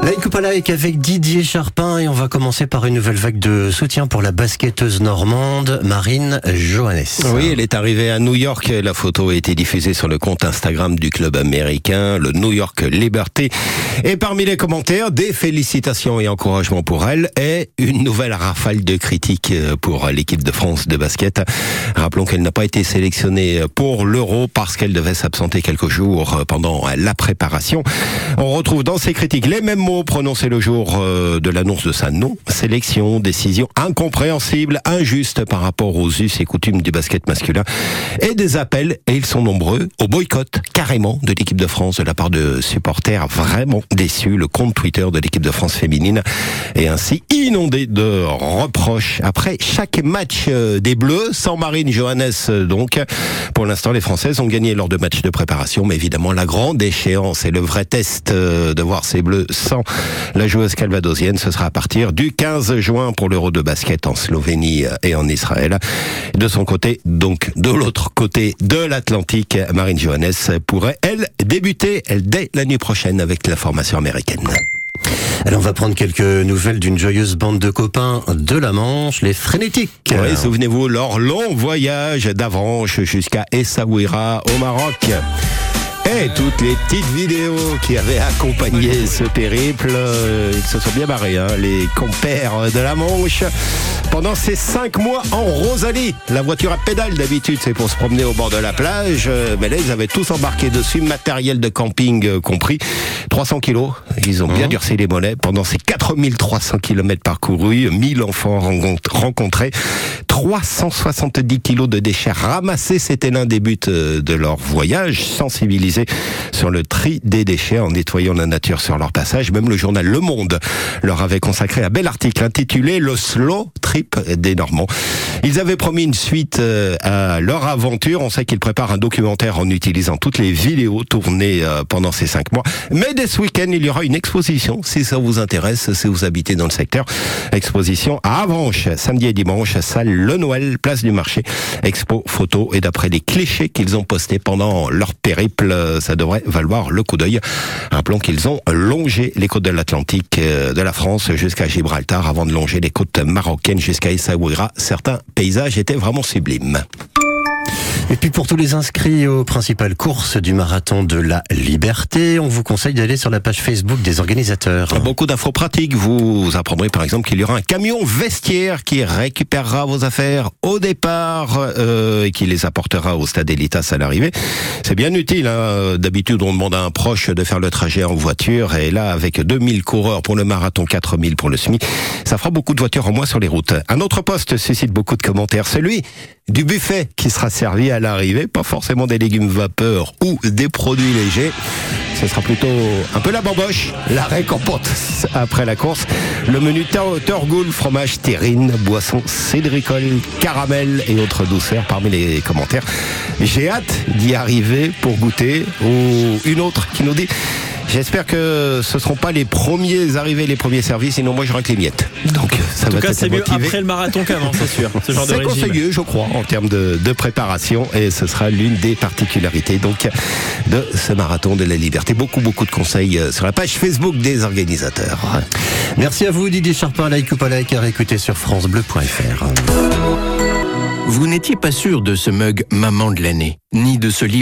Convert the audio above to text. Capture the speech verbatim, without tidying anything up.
Like ou pas like avec Didier Charpin, et on va commencer par une nouvelle vague de soutien pour la basketteuse normande Marine Johannes. Oui, elle est arrivée à New York. La photo a été diffusée sur le compte Instagram du club américain, le New York Liberty. Et parmi les commentaires, des félicitations et encouragements pour elle et une nouvelle rafale de critiques pour l'équipe de France de basket. Rappelons qu'elle n'a pas été sélectionnée pour l'Euro parce qu'elle devait s'absenter quelques jours pendant la préparation. On retrouve dans ces critiques les mêmes mots prononcés le jour de l'annonce de sa non-sélection. Décision incompréhensible, injuste par rapport aux us et coutumes du basket masculin. Et des appels, et ils sont nombreux, au boycott carrément de l'équipe de France de la part de supporters vraiment déçus. Le compte Twitter de l'équipe de France féminine est ainsi inondé de reproches après chaque match des Bleus, sans Marine Johannes donc. Pour l'instant, les Françaises ont gagné lors de matchs de préparation, mais évidemment la grande échéance et le vrai test de voir ces Bleus sans la joueuse calvadosienne, ce sera à partir du quinze juin pour l'Euro de basket en Slovénie et en Israël. De son côté, donc de l'autre côté de l'Atlantique, Marine Johannes pourrait, elle, débuter dès la nuit prochaine avec la formation américaine. Alors on va prendre quelques nouvelles d'une joyeuse bande de copains de la Manche, les Frénétiques. Oui, souvenez-vous, leur long voyage d'Avranches jusqu'à Essaouira au Maroc. Et toutes les petites vidéos qui avaient accompagné ce périple, euh, ils se sont bien barrés, hein, les compères de la Manche. Pendant ces cinq mois en Rosalie, la voiture à pédale d'habitude, c'est pour se promener au bord de la plage, euh, mais là ils avaient tous embarqué dessus, matériel de camping euh, compris, trois cents kilos. Ils ont bien mmh. durci les mollets pendant ces quatre mille trois cents kilomètres parcourus, mille enfants rencontrés, trois cent soixante-dix kilos de déchets ramassés. C'était l'un des buts de leur voyage, sensibilisé sur le tri des déchets en nettoyant la nature sur leur passage. Même le journal Le Monde leur avait consacré un bel article intitulé « Le slow trip des Normands ». Ils avaient promis une suite à leur aventure. On sait qu'ils préparent un documentaire en utilisant toutes les vidéos tournées pendant ces cinq mois. Mais dès ce week-end, il y aura une exposition, si ça vous intéresse, si vous habitez dans le secteur. Exposition à Avranches, samedi et dimanche, salle Le Noël, place du marché. Expo, photos et d'après les clichés qu'ils ont postés pendant leur périple, ça devrait valoir le coup d'œil. Rappelons qu'ils ont longé les côtes de l'Atlantique, de la France jusqu'à Gibraltar avant de longer les côtes marocaines jusqu'à Essaouira. Certains paysages étaient vraiment sublimes. Et puis pour tous les inscrits aux principales courses du marathon de la Liberté, on vous conseille d'aller sur la page Facebook des organisateurs. Beaucoup d'infos pratiques. Vous apprendrez par exemple qu'il y aura un camion vestiaire qui récupérera vos affaires au départ euh, et qui les apportera au stade Elitas à l'arrivée. C'est bien utile. Hein. D'habitude, on demande à un proche de faire le trajet en voiture. Et là, avec deux mille coureurs pour le marathon, quatre mille pour le semi, ça fera beaucoup de voitures en moins sur les routes. Un autre poste suscite beaucoup de commentaires. Celui du buffet qui sera servi à l'arrivée, pas forcément des légumes vapeur ou des produits légers. Ce sera plutôt un peu la bamboche, la récompense après la course. Le menu Torgoul, fromage terrine, boisson cédricole, caramel et autres douceurs parmi les commentaires. J'ai hâte d'y arriver pour goûter. Ou une autre qui nous dit: j'espère que ce ne seront pas les premiers arrivés, les premiers services, sinon moi j'aurai que les miettes. Donc ça en tout va cas, c'est mieux motivé. après le marathon qu'avant, c'est sûr. Ce genre de c'est régime. conseillé, je crois, en termes de, de préparation, et ce sera l'une des particularités donc de ce marathon de la Liberté. Beaucoup, beaucoup de conseils sur la page Facebook des organisateurs. Merci à vous Didier Charpin, like ou pas like, à réécouter sur francebleu point fr. Vous n'étiez pas sûr de ce mug Maman de l'année, ni de ce livre.